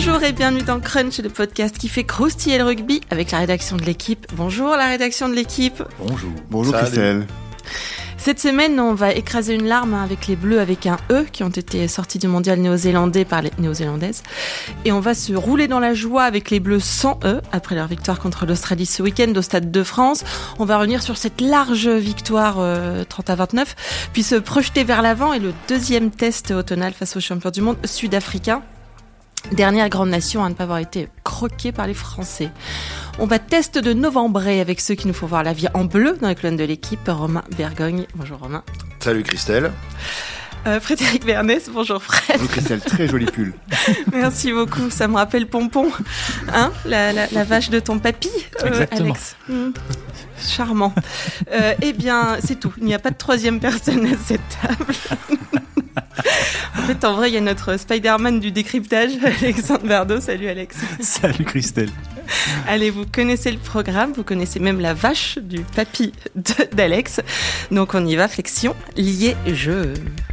Bonjour et bienvenue dans Crunch, le podcast qui fait croustiller le rugby avec la rédaction de l'équipe. Bonjour la rédaction de l'équipe. Bonjour. Bonjour Christelle. Cette semaine, on va écraser une larme avec les Bleus avec un E qui ont été sortis du mondial néo-zélandais par les néo-zélandaises. Et on va se rouler dans la joie avec les Bleus sans E après leur victoire contre l'Australie ce week-end au Stade de France. On va revenir sur cette large victoire 30-29, puis se projeter vers l'avant et le deuxième test automnal face aux champions du monde sud-africains. Dernière grande nation à ne pas avoir été croquée par les Français. On va tester de novembrer avec ceux qui nous font voir la vie en bleu dans les colonnes de l'équipe. Romain Bergogne, bonjour Romain. Salut Christelle. Frédéric Bernès, bonjour Fred. Bonjour Christelle, très joli pull. Merci beaucoup, ça me rappelle Pompon, hein, la vache de ton papy, Exactement. Alex. Charmant. Eh bien, c'est tout, il n'y a pas de troisième personne à cette table. En fait, en vrai, il y a notre Spider-Man du décryptage, Alexandre Bardot. Salut Alex. Salut Christelle. Allez, vous connaissez le programme, vous connaissez même la vache du papy d'Alex. Donc on y va, flexion, lié, jeu.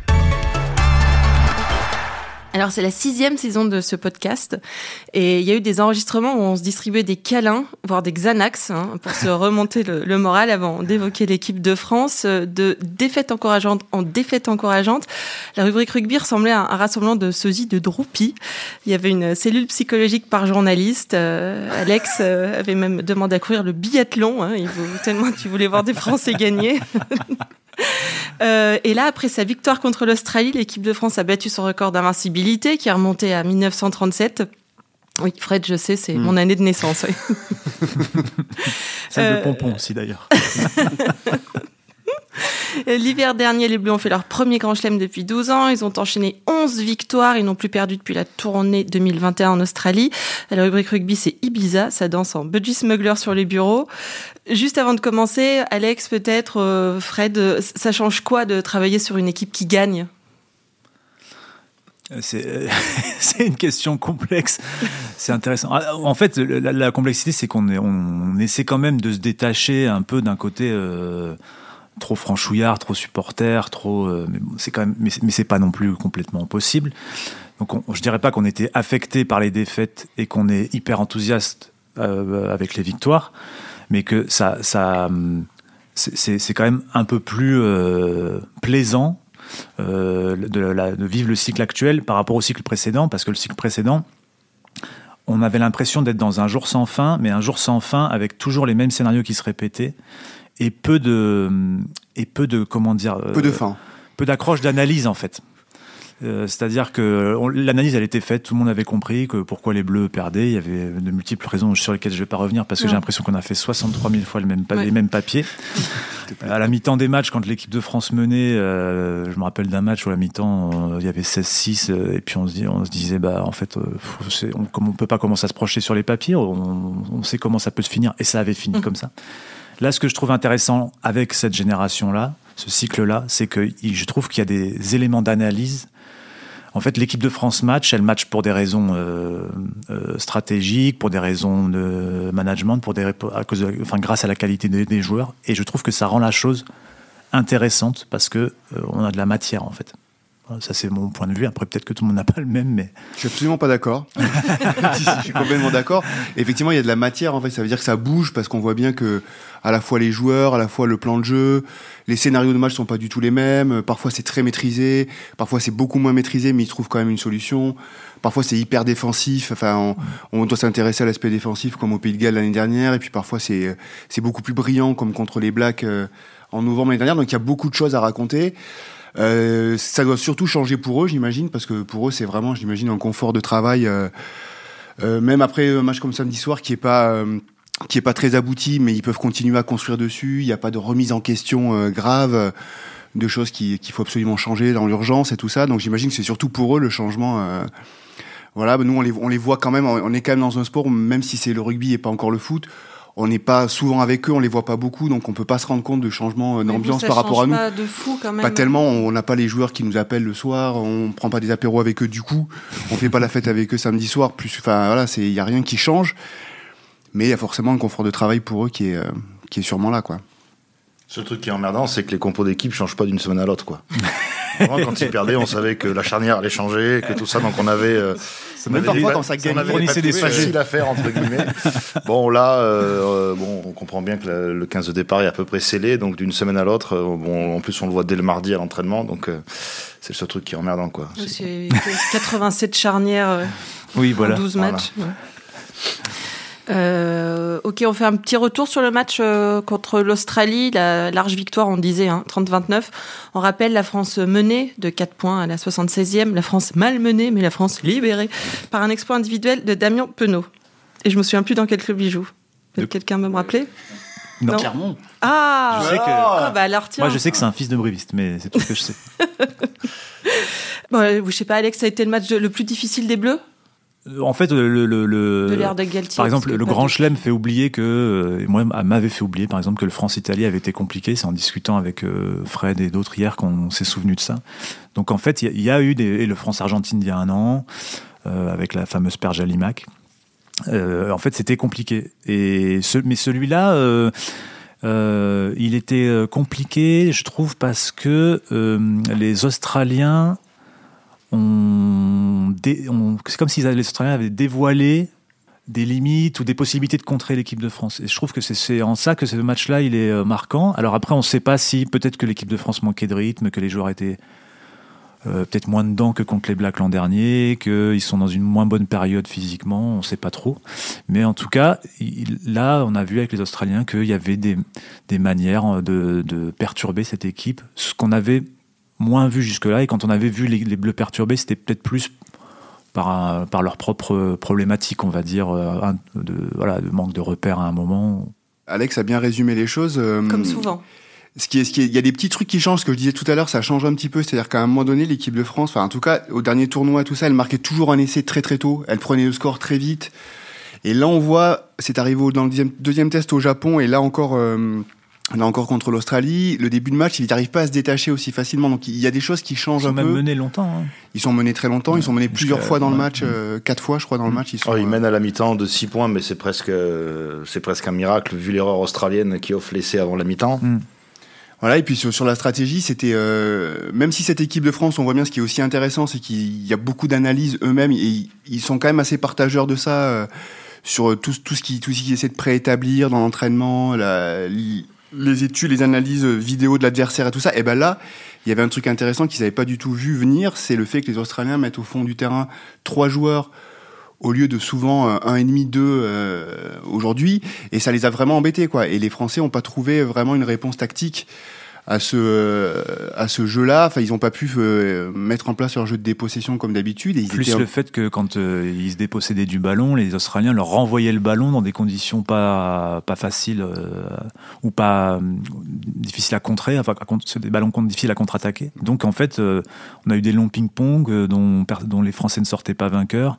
Alors c'est la 6e saison de ce podcast et il y a eu des enregistrements où on se distribuait des câlins, voire des Xanax, pour se remonter le moral avant d'évoquer l'équipe de France. De défaite encourageante en défaite encourageante, la rubrique rugby ressemblait à un rassemblement de sosies de Droupi. Il y avait une cellule psychologique par journaliste. Alex avait même demandé à courir le biathlon, tellement tu voulais voir des Français gagner. Et là, après sa victoire contre l'Australie, l'équipe de France a battu son record d'invincibilité qui est remonté à 1937. Oui, Fred, je sais, c'est mon année de naissance. Oui. Celle de Pompon aussi d'ailleurs. L'hiver dernier, les Bleus ont fait leur premier grand chelem depuis 12 ans. Ils ont enchaîné 11 victoires. Ils n'ont plus perdu depuis la tournée 2021 en Australie. La rubrique rugby, c'est Ibiza. Ça danse en budgie smuggler sur les bureaux. Juste avant de commencer, Alex, peut-être, Fred, ça change quoi de travailler sur une équipe qui gagne ? C'est une question complexe. C'est intéressant. En fait, la complexité, c'est qu'on essaie quand même de se détacher un peu d'un côté... trop franchouillard, trop supporter, mais c'est quand même, mais c'est pas non plus complètement possible. Donc je dirais pas qu'on était affecté par les défaites et qu'on est hyper enthousiaste avec les victoires, mais que c'est quand même un peu plus plaisant de vivre le cycle actuel par rapport au cycle précédent, parce que le cycle précédent, on avait l'impression d'être dans un jour sans fin, mais un jour sans fin avec toujours les mêmes scénarios qui se répétaient. Et peu de comment dire, peu de fin, peu d'accroche d'analyse en fait. C'est-à-dire que l'analyse elle était faite, tout le monde avait compris que pourquoi les Bleus perdaient. Il y avait de multiples raisons sur lesquelles je vais pas revenir parce que j'ai l'impression qu'on a fait 63 000 fois les mêmes papiers. À la mi-temps des matchs, quand l'équipe de France menait, je me rappelle d'un match où à la mi-temps il y avait 16-6 et puis on se disait en fait comme on peut pas commencer à se projeter sur les papiers, on sait comment ça peut se finir et ça avait fini comme ça. Là, ce que je trouve intéressant avec cette génération-là, ce cycle-là, c'est que je trouve qu'il y a des éléments d'analyse. En fait, l'équipe de France elle match pour des raisons stratégiques, pour des raisons de management, grâce à la qualité des joueurs. Et je trouve que ça rend la chose intéressante parce que on a de la matière, en fait. Ça, c'est mon point de vue. Après, peut-être que tout le monde n'a pas le même, mais... Je suis absolument pas d'accord. Je suis complètement d'accord. Effectivement, il y a de la matière, en fait. Ça veut dire que ça bouge parce qu'on voit bien que, à la fois les joueurs, à la fois le plan de jeu, les scénarios de match sont pas du tout les mêmes. Parfois, c'est très maîtrisé. Parfois, c'est beaucoup moins maîtrisé, mais ils trouvent quand même une solution. Parfois, c'est hyper défensif. Enfin, on doit s'intéresser à l'aspect défensif, comme au Pays de Galles l'année dernière. Et puis, parfois, c'est beaucoup plus brillant, comme contre les Blacks en novembre l'année dernière. Donc, il y a beaucoup de choses à raconter. Ça doit surtout changer pour eux, j'imagine, parce que pour eux, c'est vraiment, j'imagine, un confort de travail. Même après un match comme samedi soir, qui est pas très abouti, mais ils peuvent continuer à construire dessus. Il n'y a pas de remise en question grave, de choses qu'il faut absolument changer dans l'urgence et tout ça. Donc j'imagine que c'est surtout pour eux le changement. Voilà, nous on les voit quand même. On est quand même dans un sport, même si c'est le rugby et pas encore le foot. On n'est pas souvent avec eux, on les voit pas beaucoup, donc on peut pas se rendre compte de changements d'ambiance par rapport à nous. Pas de fou quand même. Pas tellement, on n'a pas les joueurs qui nous appellent le soir, on prend pas des apéros avec eux du coup, on fait pas la fête avec eux samedi soir. Enfin voilà, il y a rien qui change, mais il y a forcément un confort de travail pour eux qui est sûrement là, quoi. Ce truc qui est emmerdant, c'est que les compos d'équipe changent pas d'une semaine à l'autre, quoi. Vraiment, quand ils perdaient, on savait que la charnière allait changer, que tout ça, donc on avait Même parfois, quand ça gagne, on avait des facile à faire, entre guillemets. Bon, là, on comprend bien que le 15 de départ est à peu près scellé, donc d'une semaine à l'autre, en plus, on le voit dès le mardi à l'entraînement, donc c'est le seul truc qui est emmerdant, quoi. C'est 87 charnières en 12 matchs. Voilà. Ok, on fait un petit retour sur le match contre l'Australie, la large victoire, on disait, 30-29. On rappelle la France menée de 4 points à la 76e, la France mal menée, mais la France libérée par un exploit individuel de Damien Penaud. Et je me souviens plus dans quel club il joue. Quelqu'un peut me rappeler ? Non. Clermont. Ah, je sais que... alors tiens. Moi, je sais que c'est un fils de bréviste, mais c'est tout ce que je sais. Bon, je sais pas, Alex, ça a été le match le plus difficile des Bleus ? En fait, de l'ère de Galtier, par exemple, le Grand Chelem fait oublier que, moi, m'avait fait oublier, par exemple, que le France-Italie avait été compliqué. C'est en discutant avec Fred et d'autres hier qu'on s'est souvenu de ça. Donc, en fait, il y a eu et le France-Argentine il y a un an, avec la fameuse paire Jalimac. En fait, c'était compliqué. Mais celui-là, il était compliqué, je trouve, parce que les Australiens c'est comme si les Australiens avaient dévoilé des limites ou des possibilités de contrer l'équipe de France. Et je trouve que c'est en ça que ce match-là, il est marquant. Alors après, on ne sait pas si peut-être que l'équipe de France manquait de rythme, que les joueurs étaient peut-être moins dedans que contre les Blacks l'an dernier, qu'ils sont dans une moins bonne période physiquement, on ne sait pas trop. Mais en tout cas, là, on a vu avec les Australiens qu'il y avait des manières de perturber cette équipe, ce qu'on avait moins vu jusque-là, et quand on avait vu les Bleus perturbés, c'était peut-être plus par leur propre problématique, on va dire, de manque de repères à un moment. Alex a bien résumé les choses. Comme souvent. Il y a des petits trucs qui changent, ce que je disais tout à l'heure, ça change un petit peu, c'est-à-dire qu'à un moment donné, l'équipe de France, en tout cas, au dernier tournoi, tout ça, elle marquait toujours un essai très très tôt, elle prenait le score très vite, et là on voit, c'est arrivé dans le deuxième test au Japon, et là encore contre l'Australie, le début de match, ils n'arrivent pas à se détacher aussi facilement. Donc il y a des choses qui changent un peu. Ils sont même menés longtemps. Ils sont menés très longtemps. Ils sont menés plusieurs fois dans le match, 4 fois, je crois, dans le match. Ils mènent à la mi-temps de 6 points, mais c'est presque un miracle vu l'erreur australienne qui offre l'essai avant la mi-temps. Voilà, et puis sur la stratégie, c'était même si cette équipe de France, on voit bien ce qui est aussi intéressant, c'est qu'il y a beaucoup d'analyses eux-mêmes, et ils sont quand même assez partageurs de ça sur tout ce qu'ils essaient de préétablir dans l'entraînement, les études, les analyses vidéo de l'adversaire et tout ça. Et ben là, il y avait un truc intéressant qu'ils n'avaient pas du tout vu venir, c'est le fait que les Australiens mettent au fond du terrain 3 joueurs au lieu de souvent 1,5, 2 aujourd'hui, et ça les a vraiment embêtés, quoi. Et les Français n'ont pas trouvé vraiment une réponse tactique à ce jeu-là. Enfin, ils n'ont pas pu mettre en place leur jeu de dépossession comme d'habitude. Et plus le fait que quand ils se dépossédaient du ballon, les Australiens leur renvoyaient le ballon dans des conditions pas faciles ou pas difficiles à contrer, des ballons difficiles à contre-attaquer. Donc en fait, on a eu des longs ping-pong dont les Français ne sortaient pas vainqueurs.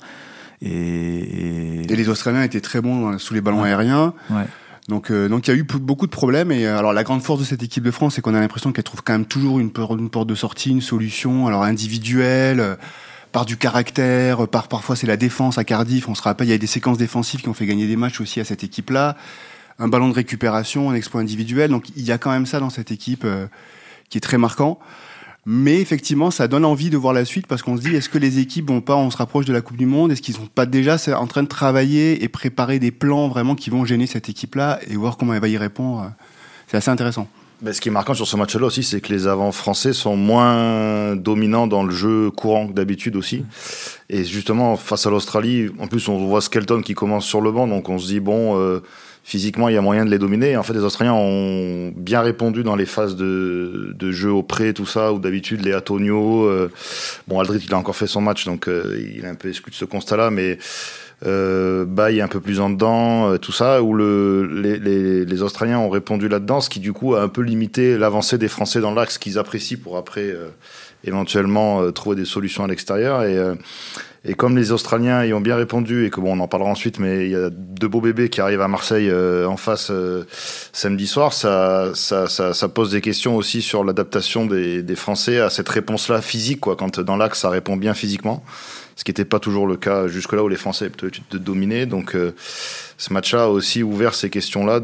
Et les Australiens étaient très bons sous les ballons aériens. Ouais. Donc il y a eu beaucoup de problèmes. Et alors la grande force de cette équipe de France, c'est qu'on a l'impression qu'elle trouve quand même toujours une porte de sortie, une solution, alors individuelle, par du caractère, parfois c'est la défense à Cardiff. On se rappelle, il y a des séquences défensives qui ont fait gagner des matchs aussi à cette équipe-là. Un ballon de récupération, un exploit individuel. Donc il y a quand même ça dans cette équipe qui est très marquant. Mais effectivement, ça donne envie de voir la suite, parce qu'on se dit, est-ce que les équipes on se rapproche de la Coupe du Monde? Est-ce qu'ils sont pas déjà en train de travailler et préparer des plans vraiment qui vont gêner cette équipe-là et voir comment elle va y répondre? C'est assez intéressant. Ce qui est marquant sur ce match-là aussi, c'est que les avants français sont moins dominants dans le jeu courant que d'habitude aussi. Et justement, face à l'Australie, en plus, on voit Skelton qui commence sur le banc, donc on se dit, physiquement, il y a moyen de les dominer. Et en fait, les Australiens ont bien répondu dans les phases de jeu au pré, tout ça, où d'habitude, les Antonio... Aldrit, il a encore fait son match, donc il est un peu exclu de ce constat-là, mais Baye est un peu plus en dedans, tout ça, où les Australiens ont répondu là-dedans, ce qui, du coup, a un peu limité l'avancée des Français dans l'axe qu'ils apprécient pour après, éventuellement, trouver des solutions à l'extérieur. Et comme les Australiens y ont bien répondu, et que on en parlera ensuite, mais il y a 2 beaux bébés qui arrivent à Marseille en face samedi soir, ça pose des questions aussi sur l'adaptation des Français à cette réponse-là physique, quoi, quand dans l'axe ça répond bien physiquement, ce qui n'était pas toujours le cas jusque-là où les Français avaient plutôt de dominer. Donc ce match-là a aussi ouvert ces questions-là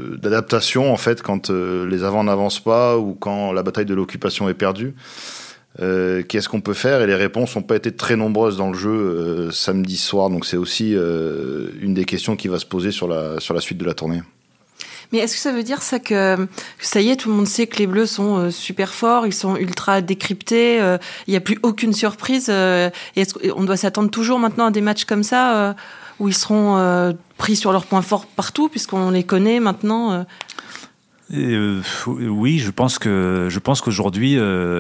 d'adaptation, en fait, quand les avants n'avancent pas ou quand la bataille de l'occupation est perdue. Qu'est-ce qu'on peut faire? Et les réponses n'ont pas été très nombreuses dans le jeu samedi soir. Donc c'est aussi une des questions qui va se poser sur la suite de la tournée. Mais est-ce que ça veut dire ça que ça y est, tout le monde sait que les Bleus sont super forts, ils sont ultra décryptés, il n'y a plus aucune surprise et on doit s'attendre toujours maintenant à des matchs comme ça où ils seront pris sur leurs points forts partout puisqu'on les connaît maintenant Oui, je pense qu'aujourd'hui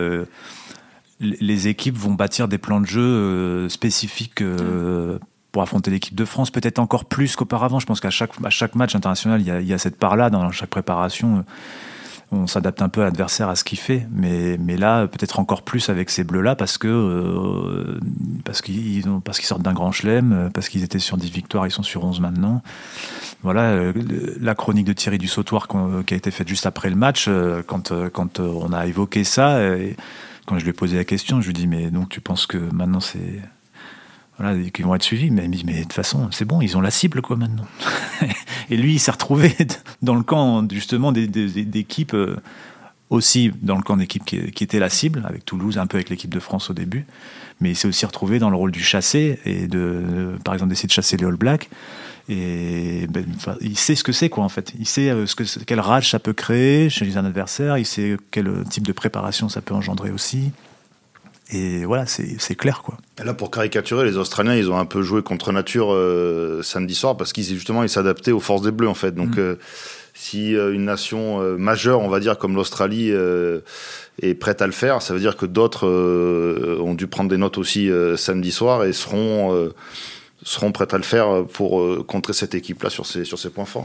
les équipes vont bâtir des plans de jeu spécifiques pour affronter l'équipe de France, peut-être encore plus qu'auparavant. Je pense qu'à chaque match international, il y a cette part-là, dans chaque préparation, on s'adapte un peu à l'adversaire, à ce qu'il fait. Mais là, peut-être encore plus avec ces Bleus-là, parce qu'ils sortent d'un grand chelem, parce qu'ils étaient sur 10 victoires, ils sont sur 11 maintenant. Voilà, la chronique de Thierry Dussautoir qui a été faite juste après le match, quand on a évoqué ça, et quand je lui ai posé la question, je lui ai dit, mais donc tu penses que maintenant c'est... Voilà, qu'ils vont être suivis, mais de toute façon, c'est bon, ils ont la cible, quoi, maintenant. Et lui, il s'est retrouvé dans le camp, justement, d'équipes, aussi dans le camp d'équipe qui était la cible, avec Toulouse, un peu avec l'équipe de France au début, mais il s'est aussi retrouvé dans le rôle du chassé, et par exemple, d'essayer de chasser les All Blacks, et il sait ce que c'est, quoi, en fait. Il sait quelle rage ça peut créer chez les adversaires, il sait quel type de préparation ça peut engendrer aussi. Et voilà, c'est clair, quoi. Et là, pour caricaturer, les Australiens, ils ont un peu joué contre nature samedi soir parce qu'ils s'adaptaient aux forces des Bleus, en fait. Donc, si une nation majeure, on va dire, comme l'Australie, est prête à le faire, ça veut dire que d'autres ont dû prendre des notes aussi samedi soir et seront prêtes à le faire pour contrer cette équipe-là sur ses points forts.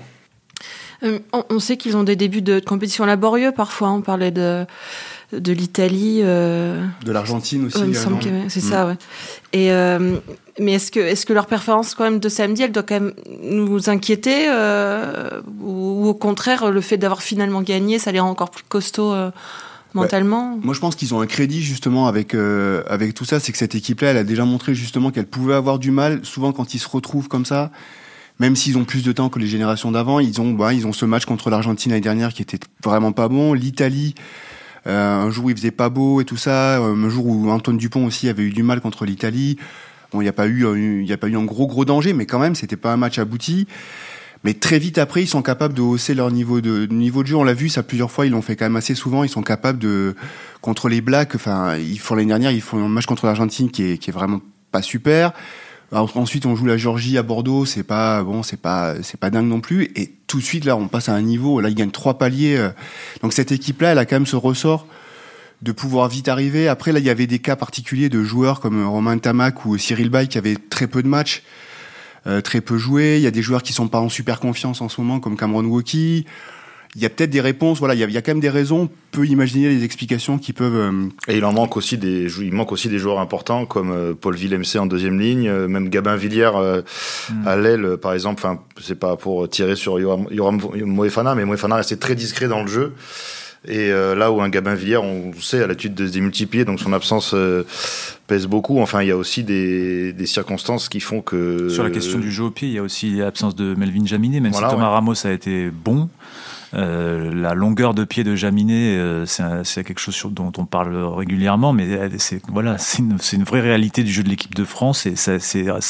On sait qu'ils ont des débuts de compétition laborieux, parfois. On parlait de l'Italie, de l'Argentine aussi. C'est ça, ouais. Et mais est-ce que leur performance quand même de samedi, elle doit quand même nous inquiéter ou au contraire le fait d'avoir finalement gagné, ça les rend encore plus costauds mentalement? Ouais. Moi, je pense qu'ils ont un crédit justement avec tout ça, c'est que cette équipe-là, elle a déjà montré justement qu'elle pouvait avoir du mal. Souvent, quand ils se retrouvent comme ça, même s'ils ont plus de temps que les générations d'avant, ils ont ce match contre l'Argentine l'année dernière qui était vraiment pas bon. L'Italie. Un jour où il faisait pas beau et tout ça, un jour où Antoine Dupont aussi avait eu du mal contre l'Italie. Bon, il n'y a pas eu un gros danger, mais quand même, c'était pas un match abouti. Mais très vite après, ils sont capables de hausser leur niveau de jeu. On l'a vu ça plusieurs fois, ils l'ont fait quand même assez souvent. Ils sont capables contre les Blacks. Enfin, l'année dernière, ils font un match contre l'Argentine qui est vraiment pas super. Alors, ensuite, on joue la Géorgie à Bordeaux, c'est pas dingue non plus. Et tout de suite, là, on passe à un niveau. Là, ils gagnent 3 paliers. Donc, cette équipe-là, elle a quand même ce ressort de pouvoir vite arriver. Après, là, il y avait des cas particuliers de joueurs comme Romain Ntamack ou Cyril Bay qui avaient très peu de matchs, très peu joué. Il y a des joueurs qui sont pas en super confiance en ce moment, comme Cameron Wauki. Il y a peut-être des réponses, voilà, il y a quand même des raisons, on peut imaginer des explications qui peuvent... Et il manque aussi des joueurs importants comme Paul Villemc en deuxième ligne, même Gabin Villiers à l'aile, par exemple. Enfin, c'est pas pour tirer sur Yoram Moefana, mais Moefana restait très discret dans le jeu. Et là où un Gabin Villiers, on sait, à l'étude de se démultiplier, donc son absence pèse beaucoup. Enfin, il y a aussi des circonstances qui font que... Sur la question du jeu au pied, il y a aussi l'absence de Melvin Jaminet, même si Thomas Ramos a été bon. La longueur de pied de Jaminet, c'est quelque chose dont on parle régulièrement, mais c'est une vraie réalité du jeu de l'équipe de France et ça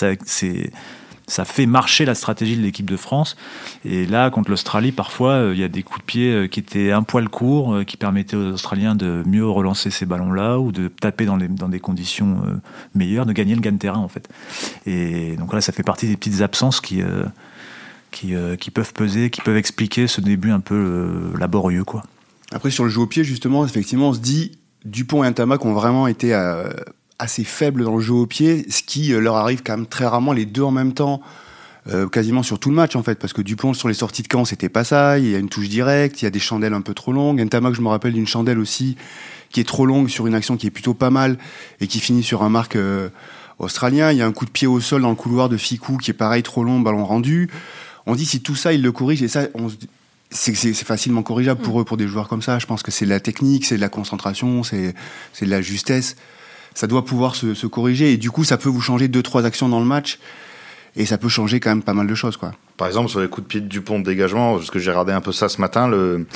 fait marcher la stratégie de l'équipe de France. Et là, contre l'Australie, parfois, il y a des coups de pied qui étaient un poil courts, qui permettaient aux Australiens de mieux relancer ces ballons-là ou de taper dans des conditions meilleures, de gagner le gain de terrain, en fait. Et donc là, ça fait partie des petites absences qui peuvent peser, qui peuvent expliquer ce début un peu laborieux, quoi. Après, sur le jeu au pied, justement, effectivement, on se dit Dupont et Ntamack ont vraiment été assez faibles dans le jeu au pied, ce qui leur arrive quand même très rarement, les deux en même temps, quasiment sur tout le match, en fait, parce que Dupont, sur les sorties de camp, c'était pas ça, il y a une touche directe, il y a des chandelles un peu trop longues. Ntamack, je me rappelle d'une chandelle aussi, qui est trop longue sur une action qui est plutôt pas mal, et qui finit sur un marque australien. Il y a un coup de pied au sol dans le couloir de Ficou, qui est pareil, trop long, ballon rendu. On dit si tout ça, ils le corrigent, et ça, c'est facilement corrigeable pour eux, pour des joueurs comme ça. Je pense que c'est de la technique, c'est de la concentration, c'est de la justesse. Ça doit pouvoir se corriger, et du coup, ça peut vous changer 2-3 actions dans le match, et ça peut changer quand même pas mal de choses, quoi. Par exemple, sur les coups de pied de Dupont de dégagement, parce que j'ai regardé un peu ça ce matin,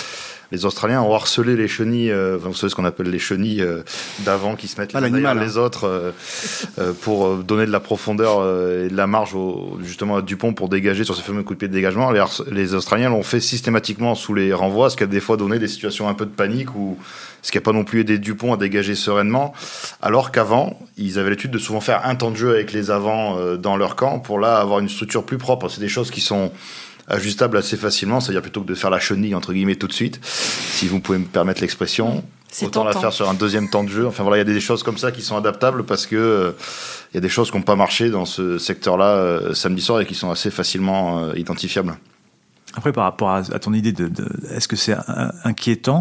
les Australiens ont harcelé les chenilles, vous savez ce qu'on appelle les chenilles d'avant qui se mettent les uns derrière les autres pour donner de la profondeur et de la marge justement à Dupont pour dégager sur ces fameux coups de pied de dégagement. Les Australiens l'ont fait systématiquement sous les renvois, ce qui a des fois donné des situations un peu de panique ou ce qui n'a pas non plus aidé Dupont à dégager sereinement, alors qu'avant, ils avaient l'habitude de souvent faire un temps de jeu avec les avants dans leur camp pour là avoir une structure plus propre. C'est des choses qui sont ajustables assez facilement, c'est-à-dire plutôt que de faire la chenille entre guillemets tout de suite, si vous pouvez me permettre l'expression, autant la faire sur un deuxième temps de jeu. Enfin voilà, il y a des choses comme ça qui sont adaptables parce que il y a des choses qui n'ont pas marché dans ce secteur-là samedi soir et qui sont assez facilement identifiables. Après, par rapport à ton idée est-ce que c'est inquiétant ?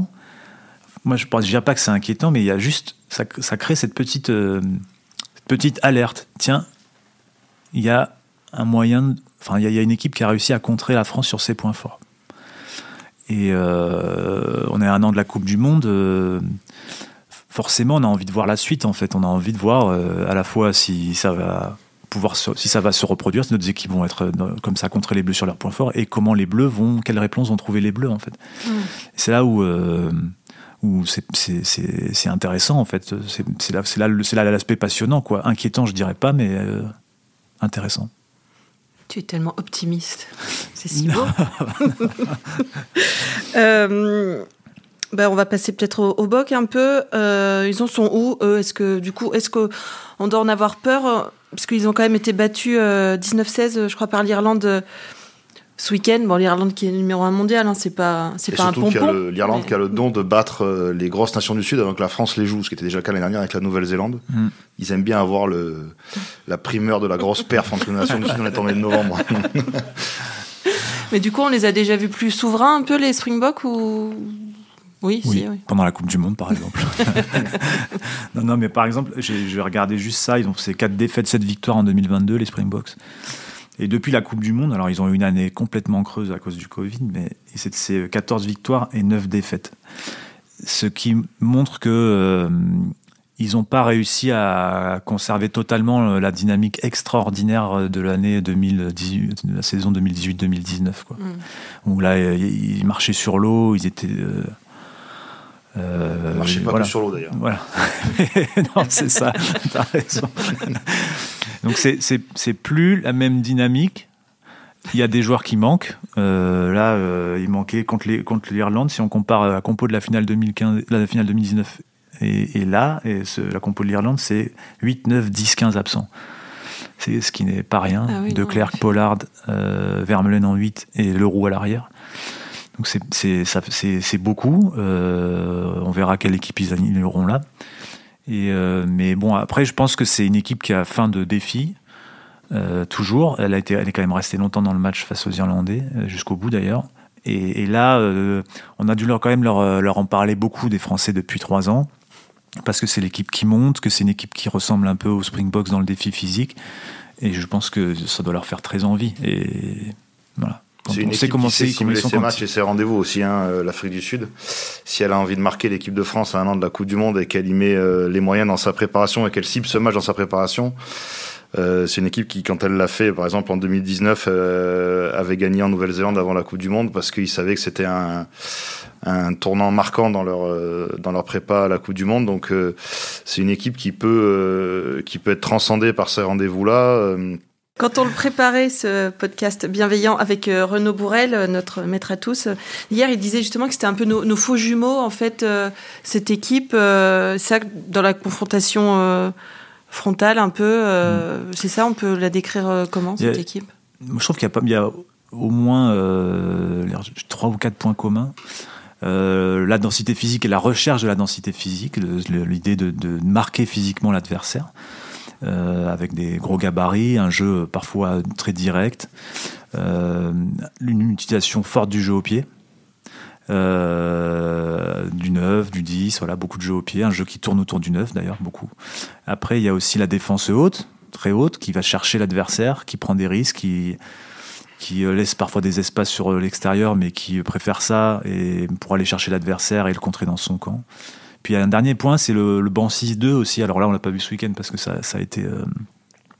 Moi, je ne dirais pas que c'est inquiétant, mais il y a juste, ça crée cette petite alerte. Tiens, il y a un moyen, il y a une équipe qui a réussi à contrer la France sur ses points forts. Et on est à un an de la Coupe du Monde. Forcément, on a envie de voir la suite. En fait, on a envie de voir à la fois si ça va se reproduire, si d'autres équipes vont être comme ça contrer les Bleus sur leurs points forts, et comment les Bleus quelles réponses vont trouver les Bleus en fait. C'est là où c'est intéressant en fait, c'est là l'aspect passionnant quoi. Inquiétant je dirais pas, mais intéressant. Tu es tellement optimiste, c'est si beau. On va passer peut-être au BOC un peu. Ils en sont où eux ? Est-ce qu'on doit en avoir peur ? Parce qu'ils ont quand même été battus 19-16 je crois par l'Irlande ce week-end. Bon, l'Irlande qui est numéro 1 mondial, hein, c'est pas un pompon. L'Irlande qui a le don de battre les grosses nations du Sud avant que la France les joue, ce qui était déjà le cas l'année dernière avec la Nouvelle-Zélande. Ils aiment bien avoir la primeur de la grosse perf entre les nations du Sud dans les tournées de novembre. Mais du coup, on les a déjà vus plus souverains un peu, les Springboks, ou... Oui. Pendant la Coupe du Monde, par exemple. non, mais par exemple, j'ai regardé juste ça. Ils ont fait 4 défaites, 7 victoires en 2022, les Springboks. Et depuis la Coupe du Monde, alors ils ont eu une année complètement creuse à cause du Covid, mais c'est 14 victoires et 9 défaites. Ce qui montre que ils n'ont pas réussi à conserver totalement la dynamique extraordinaire de l'année 2018, de la saison 2018-2019, quoi. Où là, ils marchaient sur l'eau, ils étaient... marchez pas que sur l'eau d'ailleurs. Voilà. Non, c'est ça. T'as raison. Donc c'est plus la même dynamique. Il y a des joueurs qui manquent. Il manquait contre l'Irlande. Si on compare la compo de la finale 2015, la finale 2019 et la compo de l'Irlande, c'est 8, 9, 10, 15 absents. C'est ce qui n'est pas rien. De Klerk, Pollard, Vermeulen en 8 et Leroux à l'arrière. Donc c'est beaucoup. On verra quelle équipe ils aligneront là. Mais bon, après, je pense que c'est une équipe qui a faim de défi, toujours. Elle est quand même restée longtemps dans le match face aux Irlandais, jusqu'au bout d'ailleurs. Et là, on a dû leur en parler beaucoup des Français depuis 3 ans, parce que c'est l'équipe qui monte, que c'est une équipe qui ressemble un peu aux Springboks dans le défi physique. Et je pense que ça doit leur faire très envie. Et voilà. C'est une équipe qui sait simuler ses matchs et ses rendez-vous aussi, l'Afrique du Sud. Si elle a envie de marquer l'équipe de France à un an de la Coupe du Monde et qu'elle y met les moyens dans sa préparation et qu'elle cible ce match dans sa préparation, c'est une équipe qui, quand elle l'a fait, par exemple en 2019, avait gagné en Nouvelle-Zélande avant la Coupe du Monde parce qu'ils savaient que c'était un tournant marquant dans leur prépa à la Coupe du Monde. Donc c'est une équipe qui peut être transcendée par ces rendez-vous-là. Quand on le préparait, ce podcast bienveillant avec Renaud Bourrel, notre maître à tous, hier, il disait justement que c'était un peu nos faux jumeaux, en fait, cette équipe. Ça, dans la confrontation frontale, un peu, c'est ça, on peut la décrire comment, cette équipe ? Je trouve qu'il y a au moins 3 ou 4 points communs. La densité physique et la recherche de la densité physique, l'idée de marquer physiquement l'adversaire. Avec des gros gabarits, un jeu parfois très direct, une utilisation forte du jeu au pied, du 9, du 10, voilà, beaucoup de jeux au pied, un jeu qui tourne autour du 9 d'ailleurs, beaucoup. Après, il y a aussi la défense haute, très haute, qui va chercher l'adversaire, qui prend des risques, qui laisse parfois des espaces sur l'extérieur, mais qui préfère ça pour aller chercher l'adversaire et le contrer dans son camp. Puis il y a un dernier point, c'est le banc 6-2 aussi. Alors là, on l'a pas vu ce week-end parce que ça a été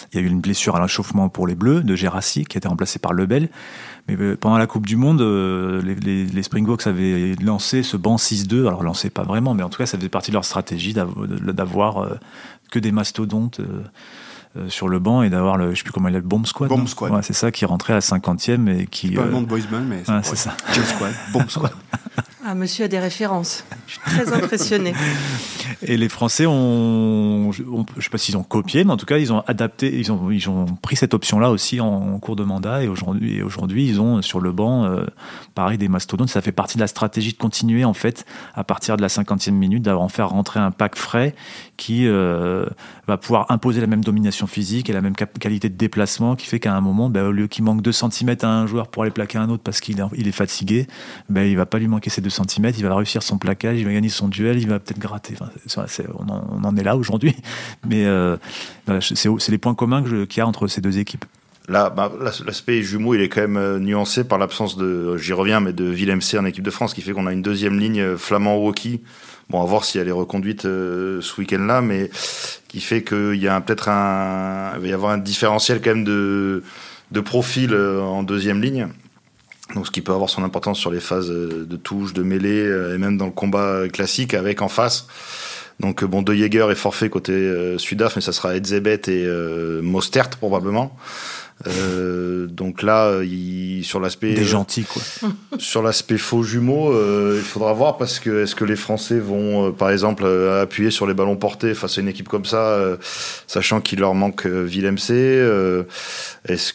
Il y a eu une blessure à l'échauffement pour les Bleus de Gérassi qui a été remplacé par Lebel. Mais pendant la Coupe du Monde, les Springboks avaient lancé ce banc 6-2. Alors lancé pas vraiment, mais en tout cas ça faisait partie de leur stratégie d'avoir que des mastodontes sur le banc et d'avoir je sais plus comment il a le Bomb Squad. Bomb Squad. Ouais, c'est ça qui rentrait à 50e et qui. Pas le nom de Boys Band, mais c'est ça. Bomb Squad. Bomb Squad. Ah, monsieur a des références. Je suis très impressionnée. Et les Français je sais pas s'ils ont copié, mais en tout cas, ils ont adapté, ils ont pris cette option-là aussi en cours de mandat. Et aujourd'hui, ils ont sur le banc, pareil, des mastodontes. Ça fait partie de la stratégie de continuer, en fait, à partir de la 50e minute, d'avoir faire rentrer un pack frais qui va pouvoir imposer la même domination physique et la même qualité de déplacement, qui fait qu'à un moment, au lieu qu'il manque 2 cm à un joueur pour aller plaquer un autre parce qu'il est fatigué, il va pas lui manquer ces 2 cm, il va réussir son plaquage, il va gagner son duel, il va peut-être gratter. On en est là aujourd'hui, mais c'est les points communs qu'il y a entre ces deux équipes. Là, l'aspect jumeau, il est quand même nuancé par l'absence j'y reviens, mais de Willem en équipe de France, qui fait qu'on a une deuxième ligne Flamand-Woki. Bon, à voir si elle est reconduite ce week-end-là, mais qui fait qu'il y a il va y avoir un différentiel quand même de profil en deuxième ligne. Donc, ce qui peut avoir son importance sur les phases de touche, de mêlée, et même dans le combat classique avec en face. Donc, De Jaeger est forfait côté Sudaf, mais ça sera Edzebet et Mostert probablement. Donc là, sur l'aspect des gentils quoi. Sur l'aspect faux jumeaux, il faudra voir parce que est-ce que les Français vont, par exemple, appuyer sur les ballons portés face à une équipe comme ça, sachant qu'il leur manque Willem. Est-ce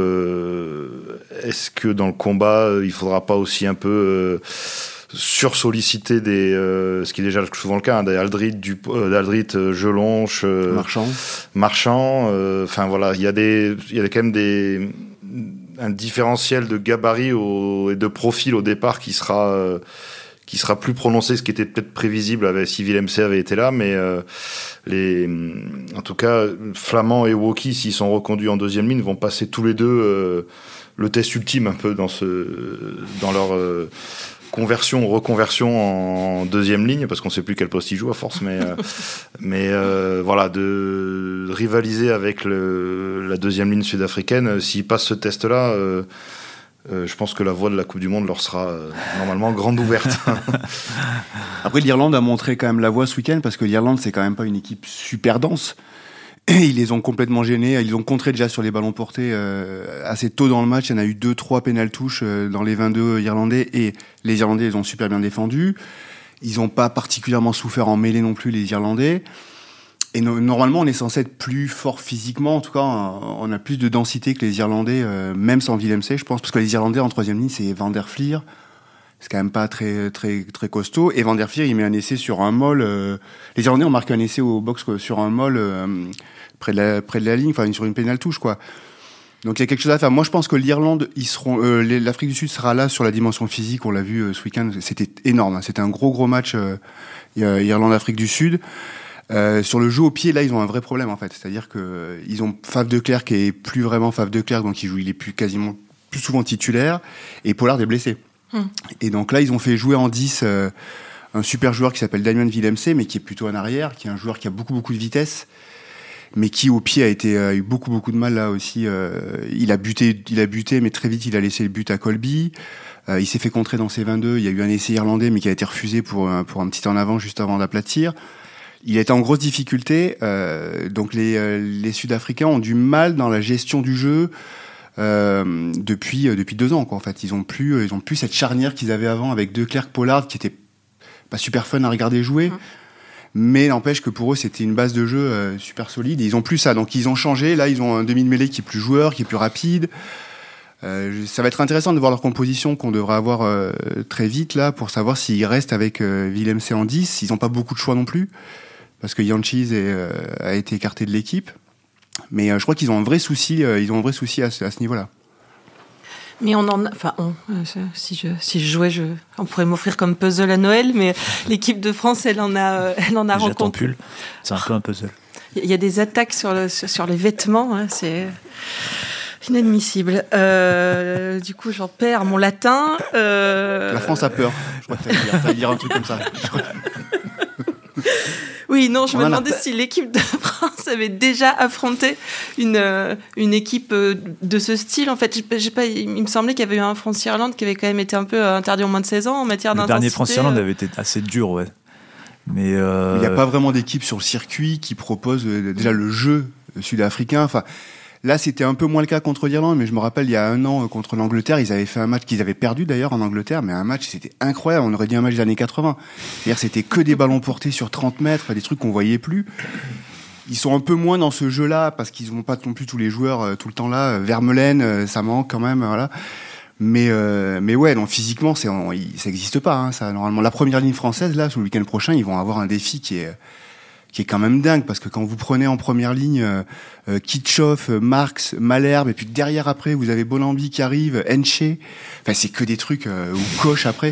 que dans le combat, il faudra pas aussi un peu sursolliciter ce qui est déjà souvent le cas, d'Aldrit, Jelonche, Marchand. Enfin voilà, il y a quand même un différentiel de gabarit et de profil au départ qui sera plus prononcé, ce qui était peut-être prévisible si Willem avait été là, mais en tout cas, Flamand et Woki, s'ils sont reconduits en deuxième ligne, vont passer tous les deux le test ultime un peu dans leur reconversion en deuxième ligne, parce qu'on ne sait plus quel poste il joue à force, mais voilà, de rivaliser avec la deuxième ligne sud-africaine, s'ils passent ce test-là, je pense que la voie de la Coupe du Monde leur sera normalement grande ouverte. Après, l'Irlande a montré quand même la voie ce week-end, parce que l'Irlande, c'est quand même pas une équipe super dense. Ils les ont complètement gênés, ils ont contré déjà sur les ballons portés assez tôt dans le match. Il y en a eu 2-3 pénal touches dans les 22 Irlandais, et les Irlandais les ont super bien défendus. Ils n'ont pas particulièrement souffert en mêlée non plus, les Irlandais. Et normalement, on est censé être plus fort physiquement. En tout cas, on a plus de densité que les Irlandais, même sans Willem, je pense, parce que les Irlandais en troisième ligne, c'est Van der Flier. C'est quand même pas très très très costaud. Et Van der Flier, il met un essai sur un maul. Les Irlandais ont marqué un essai au box sur un maul près de la ligne, enfin sur une pénale touche quoi. Donc il y a quelque chose à faire. Moi, je pense que l'Irlande, l'Afrique du Sud sera là sur la dimension physique. On l'a vu ce week-end, c'était énorme. Hein. C'était un gros match Irlande-Afrique du Sud. Sur le jeu au pied, là, ils ont un vrai problème en fait. C'est-à-dire que ils ont Faf de Clercq qui est plus vraiment Faf de Clercq, donc il est quasiment plus souvent titulaire, et Pollard est blessé. Et donc là, ils ont fait jouer en 10 un super joueur qui s'appelle Damien Willem, mais qui est plutôt en arrière, qui est un joueur qui a beaucoup de vitesse, mais qui au pied a eu beaucoup de mal là aussi. Il a buté, mais très vite il a laissé le but à Colby. Il s'est fait contrer dans ses 22. Il y a eu un essai irlandais, mais qui a été refusé pour un petit en avant juste avant d'aplatir. Il a été en grosse difficulté. Donc les Sud-Africains ont du mal dans la gestion du jeu depuis 2 ans quoi. En fait, ils ont plus cette charnière qu'ils avaient avant avec De Clercq, Pollard, qui était pas super fun à regarder jouer. Mais n'empêche que pour eux, c'était une base de jeu super solide. Et ils ont plus ça. Donc, ils ont changé. Là, ils ont un demi de mêlée qui est plus joueur, qui est plus rapide. Ça va être intéressant de voir leur composition qu'on devra avoir très vite, là, pour savoir s'ils restent avec Willem en 10. Ils n'ont pas beaucoup de choix non plus, parce que Jantjies a été écarté de l'équipe. Mais je crois qu'ils ont un vrai souci. Ils ont un vrai souci à ce niveau-là. Mais si je jouais, on pourrait m'offrir comme puzzle à Noël, mais l'équipe de France, elle en a rencontré. Ton pull, c'est un peu un puzzle. Il y a des attaques sur les vêtements, hein, c'est inadmissible. Du coup, j'en perds mon latin. La France a peur. Je crois que t'allais dire un truc comme ça. Oui, Oui, non, je me demandais si l'équipe de France avait déjà affronté une équipe de ce style. En fait, il me semblait qu'il y avait eu un France-Irlande qui avait quand même été un peu interdit en moins de 16 ans en matière d'intensité. Le dernier France-Irlande avait été assez dur, ouais. Mais il n'y a pas vraiment d'équipe sur le circuit qui propose déjà le jeu sud-africain. Enfin, là, c'était un peu moins le cas contre l'Irlande, mais je me rappelle, il y a 1 an, contre l'Angleterre, ils avaient fait un match qu'ils avaient perdu d'ailleurs en Angleterre, mais un match, c'était incroyable. On aurait dit un match des années 80. C'est-à-dire, c'était que des ballons portés sur 30 mètres, des trucs qu'on voyait plus. Ils sont un peu moins dans ce jeu-là, parce qu'ils n'ont pas non plus tous les joueurs tout le temps là. Vermeulen, ça manque quand même, voilà. Mais ouais, non, physiquement, ça n'existe pas. Hein, ça, normalement, la première ligne française, là, sur le week-end prochain, ils vont avoir un défi qui est quand même dingue, parce que quand vous prenez en première ligne Kitchoff, Marx, Malherbe, et puis derrière après, vous avez Bonambi qui arrive, Enche. Enfin, c'est que des trucs ou Coche après.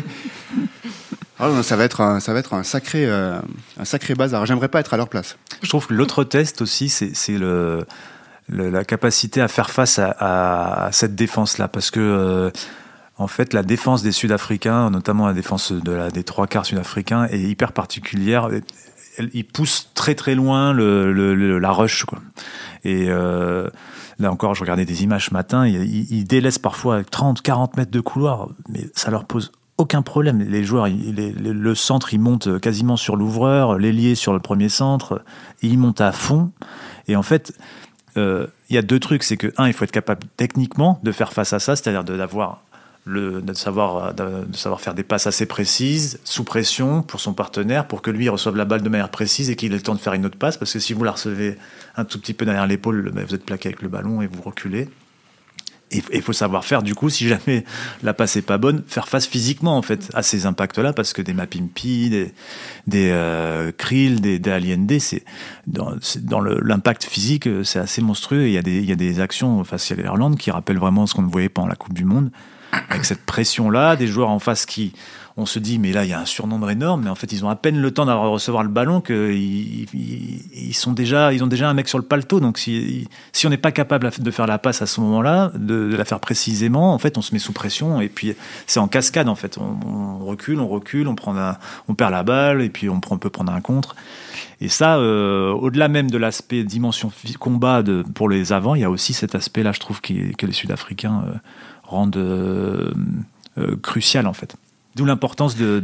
Ah non, ça va être un sacré bazar. J'aimerais pas être à leur place. Je trouve que l'autre test aussi, c'est la capacité à faire face à cette défense-là, parce que en fait, la défense des Sud-Africains, notamment la défense des 3/4 Sud-Africains, est hyper particulière. Ils poussent très très loin la rush, quoi. Et là encore, je regardais des images ce matin, ils délaissent parfois 30-40 mètres de couloir, mais ça leur pose aucun problème. Les joueurs, le centre, il monte quasiment sur l'ouvreur, l'ailier sur le premier centre, et ils montent à fond. Et en fait, il y a 2 trucs, c'est que il faut être capable techniquement de faire face à ça, c'est-à-dire de savoir faire des passes assez précises, sous pression pour son partenaire, pour que lui il reçoive la balle de manière précise et qu'il ait le temps de faire une autre passe, parce que si vous la recevez un tout petit peu derrière l'épaule, vous êtes plaqué avec le ballon et vous reculez. Et il faut savoir faire, du coup, si jamais la passe est pas bonne, faire face physiquement, en fait, à ces impacts-là, parce que des Mapimpi, des Krill, des Allende, c'est dans l'impact physique, c'est assez monstrueux. Et il y a des actions face à l'Irlande qui rappellent vraiment ce qu'on voyait pendant la Coupe du Monde, avec cette pression-là, des joueurs en face on se dit, mais là, il y a un surnombre énorme, mais en fait, ils ont à peine le temps de recevoir le ballon qu'ils ont déjà un mec sur le paletot. Donc, si on n'est pas capable de faire la passe à ce moment-là, de la faire précisément, en fait, on se met sous pression, et puis c'est en cascade, en fait. On recule, on perd la balle, et puis on peut prendre un contre. Et ça, au-delà même de l'aspect dimension combat pour les avants, il y a aussi cet aspect-là, je trouve, que les Sud-Africains rendent crucial, en fait. D'où l'importance de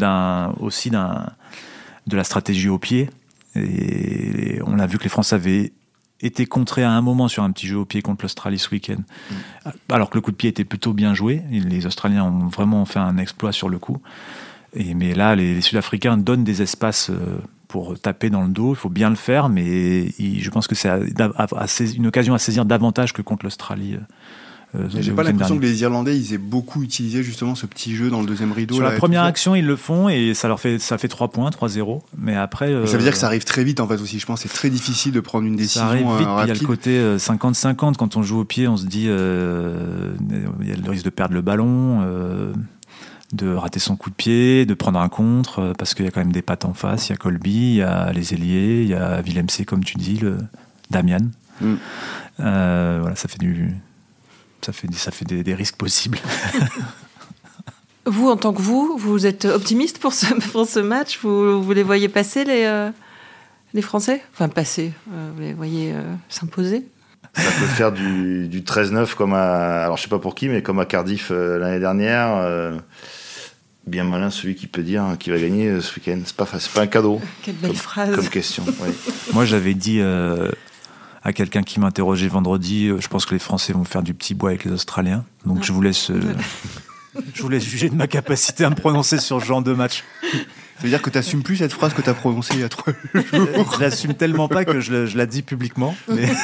la stratégie au pied. Et on a vu que les Français avaient été contrés à un moment sur un petit jeu au pied contre l'Australie ce week-end. Alors que le coup de pied était plutôt bien joué. Les Australiens ont vraiment fait un exploit sur le coup. Mais là, les Sud-Africains donnent des espaces pour taper dans le dos. Il faut bien le faire, mais je pense que c'est une occasion à saisir davantage que contre l'Australie. J'ai pas l'impression que les Irlandais ils aient beaucoup utilisé justement ce petit jeu dans le deuxième rideau. Sur la première action, ils le font et ça fait 3 points, 3-0. Mais après, ça veut dire que ça arrive très vite en fait aussi. Je pense que c'est très difficile de prendre une décision rapide. Ça arrive vite. Il y a le côté 50-50 quand on joue au pied. On se dit, il y a le risque de perdre le ballon, de rater son coup de pied, de prendre un contre parce qu'il y a quand même des pattes en face. Il y a Colby, il y a les ailiers, il y a Willemse comme tu dis, le Damian. Voilà, ça fait des risques possibles. Vous, en tant que vous êtes optimiste pour ce match? Vous les voyez passer, les Français? Enfin, passer, vous les voyez s'imposer? Ça peut faire du 13-9 comme alors je sais pas pour qui, mais comme à Cardiff l'année dernière. Bien malin celui qui peut dire qui va gagner ce week-end. C'est pas un cadeau. Quelle belle phrase. Comme question, oui. Moi, j'avais dit... à quelqu'un qui m'interrogeait vendredi, je pense que les Français vont faire du petit bois avec les Australiens. Donc je vous laisse juger de ma capacité à me prononcer sur ce genre de match. Ça veut dire que tu n'assumes plus cette phrase que tu as prononcée il y a 3 jours. Je l'assume tellement pas que je la dis publiquement.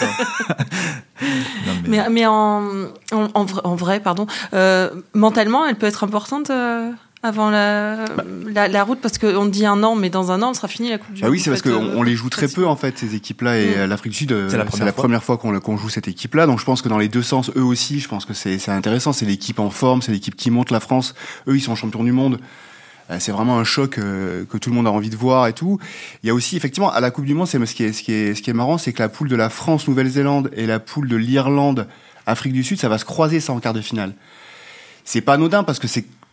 Mais en vrai, pardon, mentalement, elle peut être importante avant la route, parce qu'on dit un an, mais dans un an, on sera fini la Coupe du Monde. Oui, c'est parce qu'on les joue très peu, en fait, ces équipes-là, et l'Afrique du Sud, c'est la première fois qu'on joue cette équipe-là, donc je pense que dans les deux sens, eux aussi, je pense que c'est intéressant, c'est l'équipe en forme, c'est l'équipe qui monte la France, eux, ils sont champions du monde, c'est vraiment un choc que tout le monde a envie de voir et tout. Il y a aussi, effectivement, à la Coupe du Monde, ce qui est marrant, c'est que la poule de la France, Nouvelle-Zélande, et la poule de l'Irlande, Afrique du Sud, ça va se croiser ça en quart de finale. C'est pas anodin, parce que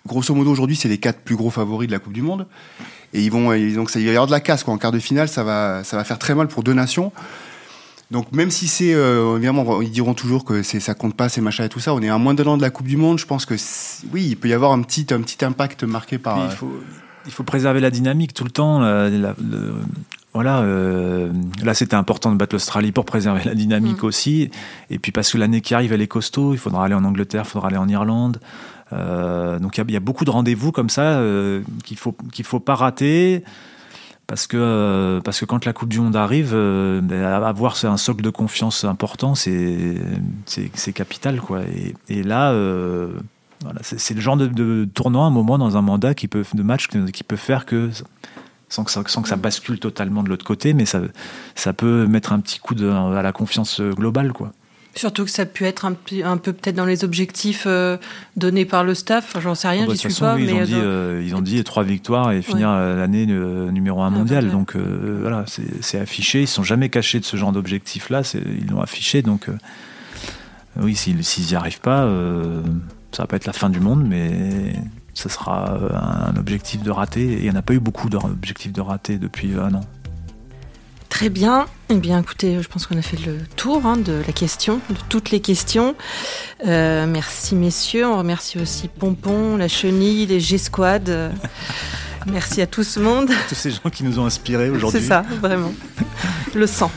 grosso modo aujourd'hui c'est les 4 plus gros favoris de la Coupe du Monde et donc il va y avoir de la casse quoi. En quart de finale ça va faire très mal pour 2 nations. Donc même si c'est évidemment ils diront toujours que ça compte pas ces machins et tout ça, on est à moins d'un an de la Coupe du Monde, je pense que oui il peut y avoir un petit impact marqué par. Il faut préserver la dynamique tout le temps. Voilà, là c'était important de battre l'Australie pour préserver la dynamique aussi, et puis parce que l'année qui arrive elle est costaud, il faudra aller en Angleterre, il faudra aller en Irlande, donc il y a beaucoup de rendez-vous comme ça qu'il faut pas rater. Parce que quand la Coupe du Monde arrive, avoir un socle de confiance important, c'est capital, quoi. Et là, voilà, c'est le genre de tournoi, un moment dans un mandat de match qui peut faire que sans que ça bascule totalement de l'autre côté, mais ça peut mettre un petit coup à la confiance globale, quoi. Surtout que ça a pu être un peu peut-être dans les objectifs donnés par le staff. Enfin, j'en sais rien, j'y suis pas. Oui, mais ils ont dit 3 victoires et finir l'année numéro 1 mondial. Donc voilà, c'est affiché. Ils ne sont jamais cachés de ce genre d'objectif-là. Ils l'ont affiché. Donc oui, s'ils n'y arrivent pas, ça va pas être la fin du monde, mais ça sera un objectif de raté. Et il n'y en a pas eu beaucoup d'objectifs de raté depuis un an. Très bien. Eh bien, écoutez, je pense qu'on a fait le tour de la question, de toutes les questions. Merci, messieurs. On remercie aussi Pompon, la Chenille, les G-Squad. Merci à tout ce monde. Tous ces gens qui nous ont inspirés aujourd'hui. C'est ça, vraiment. Le sang.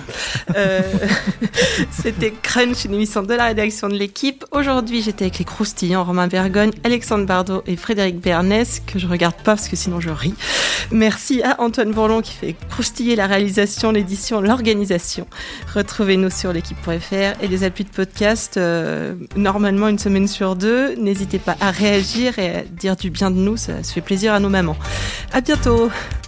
C'était Crunch, une émission de la rédaction de l'équipe. Aujourd'hui, j'étais avec les croustillants Romain Bergogne, Alexandre Bardot et Frédéric Bernès, que je ne regarde pas parce que sinon je ris. Merci à Antoine Bourlon qui fait croustiller la réalisation, l'édition, l'organisation. Retrouvez-nous sur l'équipe.fr et les appuis de podcast, normalement 1 semaine sur 2. N'hésitez pas à réagir et à dire du bien de nous, ça se fait plaisir à nos mamans. À bientôt.